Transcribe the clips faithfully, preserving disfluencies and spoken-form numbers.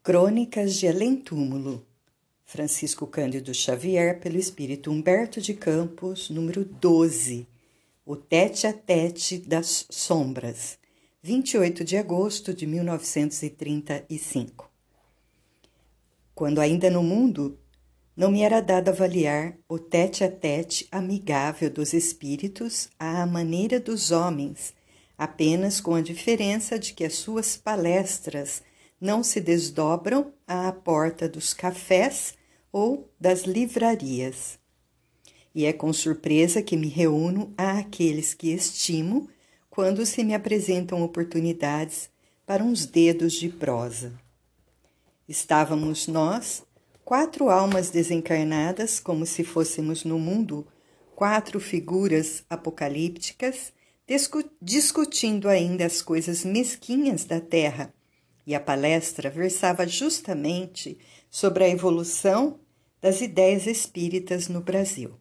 Crônicas de Além-Túmulo, Francisco Cândido Xavier, pelo Espírito Humberto de Campos, número doze, O Tete a Tete das Sombras, vinte e oito de agosto de mil novecentos e trinta e cinco. Quando ainda no mundo, não me era dado avaliar o tete a tete amigável dos espíritos à maneira dos homens, apenas com a diferença de que as suas palestras não se desdobram à porta dos cafés ou das livrarias. E é com surpresa que me reúno àqueles que estimo quando se me apresentam oportunidades para uns dedos de prosa. Estávamos nós, quatro almas desencarnadas, como se fôssemos no mundo quatro figuras apocalípticas, discutindo ainda as coisas mesquinhas da Terra, e a palestra versava justamente sobre a evolução das ideias espíritas no Brasil.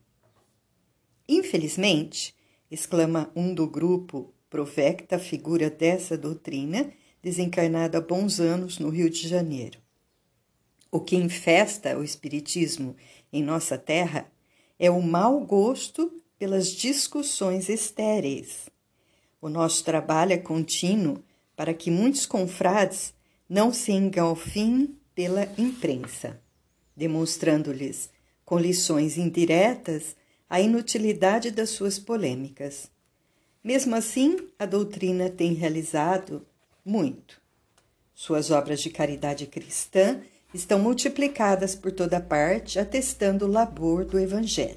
Infelizmente, exclama um do grupo, provecta figura dessa doutrina, desencarnado há bons anos no Rio de Janeiro. O que infesta o espiritismo em nossa terra é o mau gosto pelas discussões estéreis. O nosso trabalho é contínuo para que muitos confrades não se engalfiem pela imprensa, demonstrando-lhes, com lições indiretas, a inutilidade das suas polêmicas. Mesmo assim, a doutrina tem realizado muito. Suas obras de caridade cristã estão multiplicadas por toda parte, atestando o labor do Evangelho.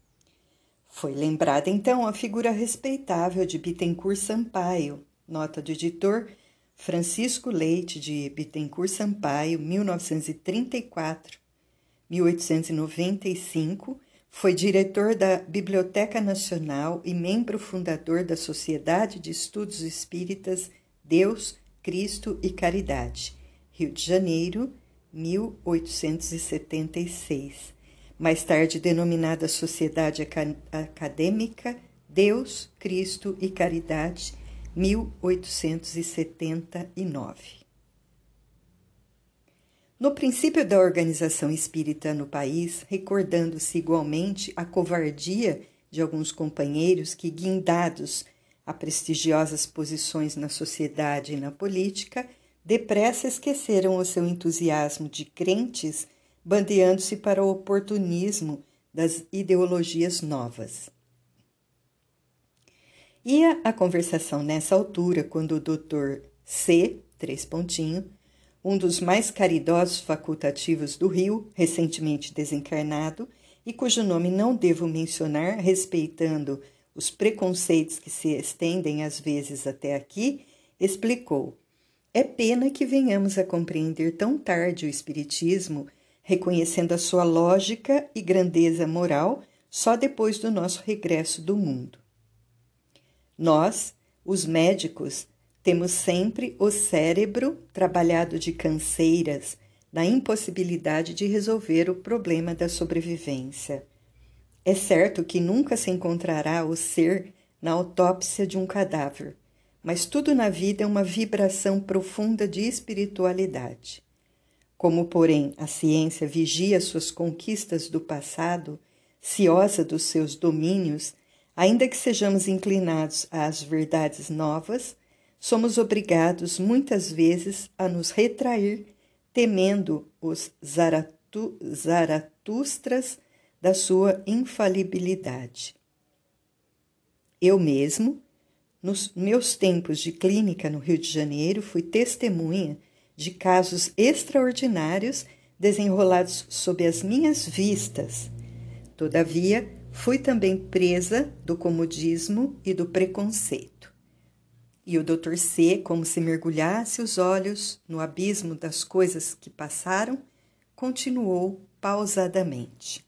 Foi lembrada, então, a figura respeitável de Bittencourt Sampaio, nota do editor Francisco Leite de Bittencourt Sampaio, mil novecentos e trinta e quatro a mil oitocentos e noventa e cinco, foi diretor da Biblioteca Nacional e membro fundador da Sociedade de Estudos Espíritas Deus, Cristo e Caridade, Rio de Janeiro, mil oitocentos e setenta e seis, mais tarde denominada Sociedade Acadêmica Deus, Cristo e Caridade, mil oitocentos e setenta e nove. No princípio da organização espírita no país, recordando-se igualmente a covardia de alguns companheiros que, guindados a prestigiosas posições na sociedade e na política, depressa esqueceram o seu entusiasmo de crentes, bandeando-se para o oportunismo das ideologias novas. Ia a conversação nessa altura quando o doutor C, três pontinho, um dos mais caridosos facultativos do Rio, recentemente desencarnado, e cujo nome não devo mencionar, respeitando os preconceitos que se estendem às vezes até aqui, explicou: é pena que venhamos a compreender tão tarde o Espiritismo, reconhecendo a sua lógica e grandeza moral só depois do nosso regresso do mundo. Nós, os médicos, temos sempre o cérebro trabalhado de canseiras na impossibilidade de resolver o problema da sobrevivência. É certo que nunca se encontrará o ser na autópsia de um cadáver, mas tudo na vida é uma vibração profunda de espiritualidade. Como, porém, a ciência vigia suas conquistas do passado, ciosa dos seus domínios, ainda que sejamos inclinados às verdades novas, somos obrigados muitas vezes a nos retrair, temendo os zaratu, zaratustras da sua infalibilidade. Eu mesmo, nos meus tempos de clínica no Rio de Janeiro, fui testemunha de casos extraordinários desenrolados sob as minhas vistas. Todavia, fui também presa do comodismo e do preconceito. E o doutor C, como se mergulhasse os olhos no abismo das coisas que passaram, continuou pausadamente.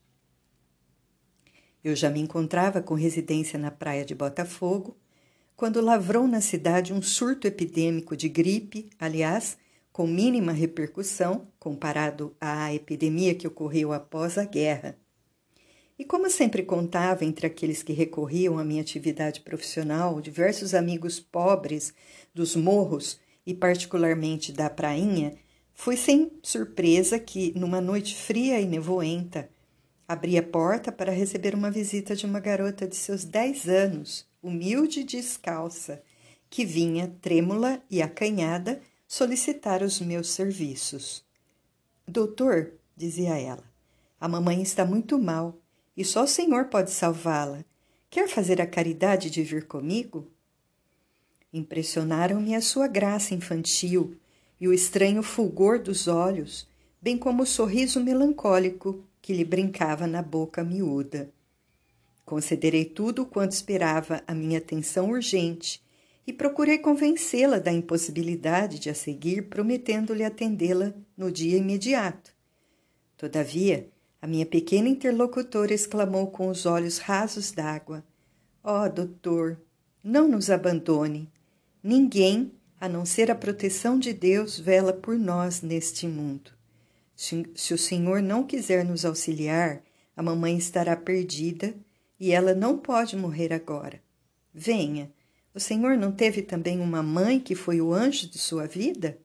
Eu já me encontrava com residência na praia de Botafogo, quando lavrou na cidade um surto epidêmico de gripe, aliás, com mínima repercussão comparado à epidemia que ocorreu após a guerra. E como sempre contava entre aqueles que recorriam à minha atividade profissional, diversos amigos pobres dos morros e particularmente da prainha, Fui sem surpresa que, numa noite fria e nevoenta, abri a porta para receber uma visita de uma garota de seus dez anos, humilde e descalça, que vinha, trêmula e acanhada, solicitar os meus serviços. Doutor, dizia ela, a mamãe está muito mal e só o senhor pode salvá-la. Quer fazer a caridade de vir comigo? Impressionaram-me a sua graça infantil e o estranho fulgor dos olhos, bem como o sorriso melancólico que lhe brincava na boca miúda. Considerei tudo quanto esperava a minha atenção urgente e procurei convencê-la da impossibilidade de a seguir, prometendo-lhe atendê-la no dia imediato. Todavia, a minha pequena interlocutora exclamou com os olhos rasos d'água: ó, doutor, não nos abandone. Ninguém, a não ser a proteção de Deus, vela por nós neste mundo. Se, se o senhor não quiser nos auxiliar, a mamãe estará perdida e ela não pode morrer agora. Venha, o senhor não teve também uma mãe que foi o anjo de sua vida?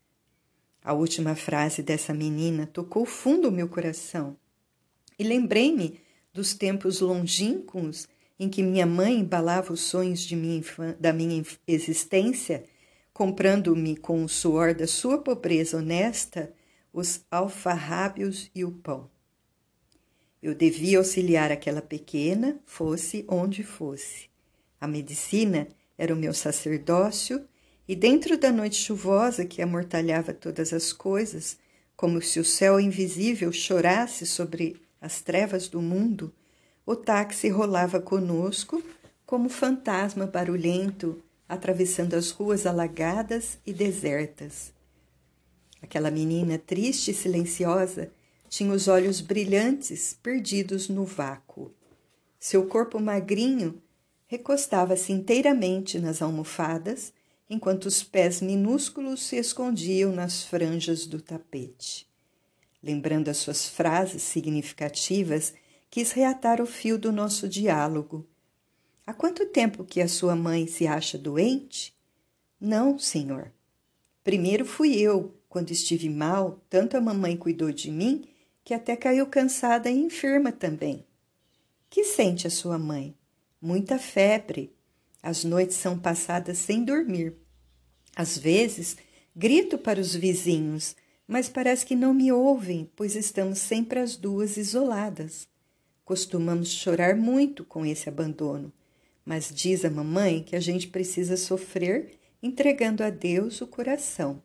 A última frase dessa menina tocou fundo o meu coração e lembrei-me dos tempos longínquos em que minha mãe embalava os sonhos de minha da minha existência, comprando-me com o suor da sua pobreza honesta os alfarrábios e o pão. Eu devia auxiliar aquela pequena, fosse onde fosse. A medicina era o meu sacerdócio, e dentro da noite chuvosa que amortalhava todas as coisas, como se o céu invisível chorasse sobre as trevas do mundo, o táxi rolava conosco como fantasma barulhento, atravessando as ruas alagadas e desertas. Aquela menina triste e silenciosa tinha os olhos brilhantes, perdidos no vácuo. Seu corpo magrinho recostava-se inteiramente nas almofadas, enquanto os pés minúsculos se escondiam nas franjas do tapete. Lembrando as suas frases significativas, quis reatar o fio do nosso diálogo. Há quanto tempo que a sua mãe se acha doente? Não, senhor. Primeiro fui eu. Quando estive mal, tanto a mamãe cuidou de mim que até caiu cansada e enferma também. Que sente a sua mãe? Muita febre. As noites são passadas sem dormir. Às vezes, grito para os vizinhos, mas parece que não me ouvem, pois estamos sempre as duas isoladas. Costumamos chorar muito com esse abandono, mas diz a mamãe que a gente precisa sofrer entregando a Deus o coração.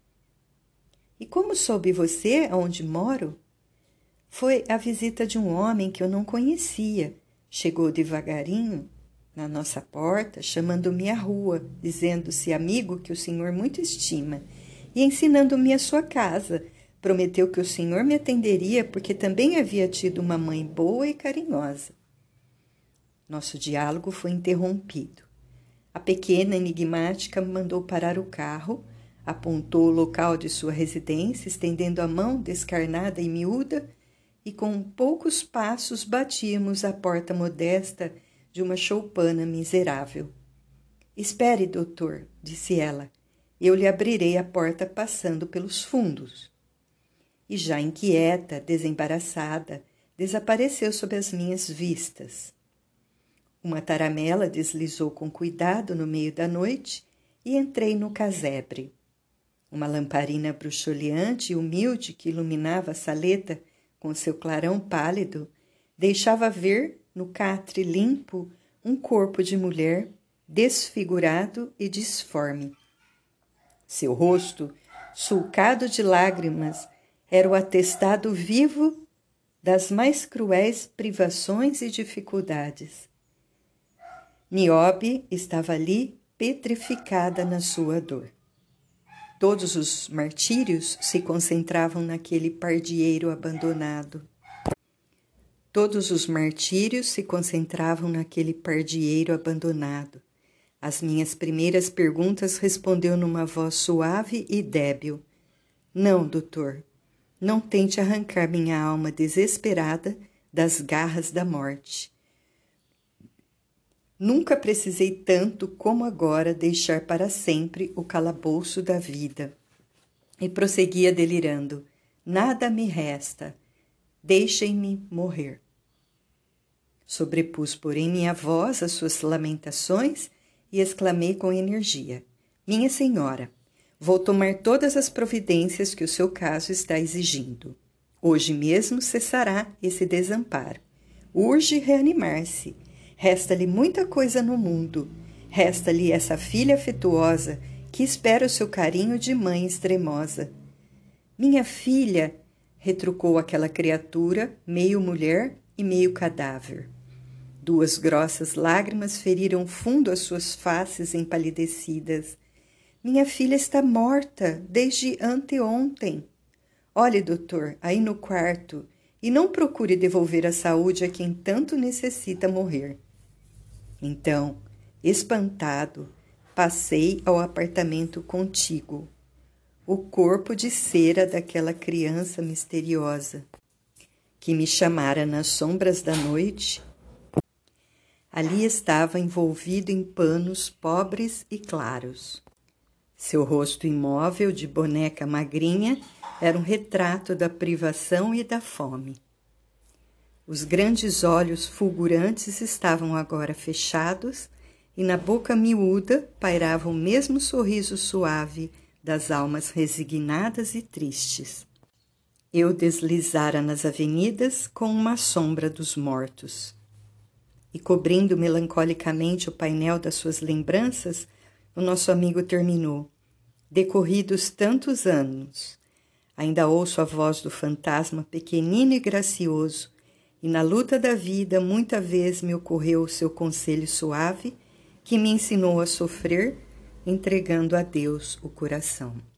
E como soube você aonde moro? Foi a visita de um homem que eu não conhecia. Chegou devagarinho na nossa porta, chamando-me à rua, dizendo-se amigo que o senhor muito estima, e ensinando-me a sua casa. Prometeu que o senhor me atenderia, porque também havia tido uma mãe boa e carinhosa. Nosso diálogo foi interrompido. A pequena enigmática mandou parar o carro, apontou o local de sua residência, estendendo a mão descarnada e miúda, e com poucos passos batíamos a porta modesta de uma choupana miserável. Espere, doutor, disse ela. Eu lhe abrirei a porta passando pelos fundos. E já inquieta, desembaraçada, desapareceu sob as minhas vistas. Uma taramela deslizou com cuidado no meio da noite e entrei no casebre. Uma lamparina bruxuleante e humilde que iluminava a saleta com seu clarão pálido deixava ver no catre limpo um corpo de mulher desfigurado e disforme. Seu rosto, sulcado de lágrimas, era o atestado vivo das mais cruéis privações e dificuldades. Niobe estava ali petrificada na sua dor. Todos os martírios se concentravam naquele pardieiro abandonado. Todos os martírios se concentravam naquele pardieiro abandonado. As minhas primeiras perguntas respondeu numa voz suave e débil. Não, doutor, não tente arrancar minha alma desesperada das garras da morte. Nunca precisei tanto como agora deixar para sempre o calabouço da vida. E prosseguia delirando: nada me resta, deixem-me morrer. Sobrepus, porém, minha voz às suas lamentações e exclamei com energia: minha senhora, vou tomar todas as providências que o seu caso está exigindo. Hoje mesmo cessará esse desamparo. Urge reanimar-se. Resta-lhe muita coisa no mundo. Resta-lhe essa filha afetuosa que espera o seu carinho de mãe extremosa. Minha filha, retrucou aquela criatura, meio mulher e meio cadáver. Duas grossas lágrimas feriram fundo as suas faces empalidecidas. Minha filha está morta desde anteontem. Olhe, doutor, aí no quarto, e não procure devolver a saúde a quem tanto necessita morrer. Então, espantado, passei ao apartamento contíguo. O corpo de cera daquela criança misteriosa, que me chamara nas sombras da noite, ali estava envolvido em panos pobres e claros. Seu rosto imóvel de boneca magrinha era um retrato da privação e da fome. Os grandes olhos fulgurantes estavam agora fechados e na boca miúda pairava o mesmo sorriso suave das almas resignadas e tristes. Eu deslizara nas avenidas com uma sombra dos mortos. E cobrindo melancolicamente o painel das suas lembranças, o nosso amigo terminou. Decorridos tantos anos, ainda ouço a voz do fantasma pequenino e gracioso, e na luta da vida muita vez me ocorreu o seu conselho suave, que me ensinou a sofrer, entregando a Deus o coração.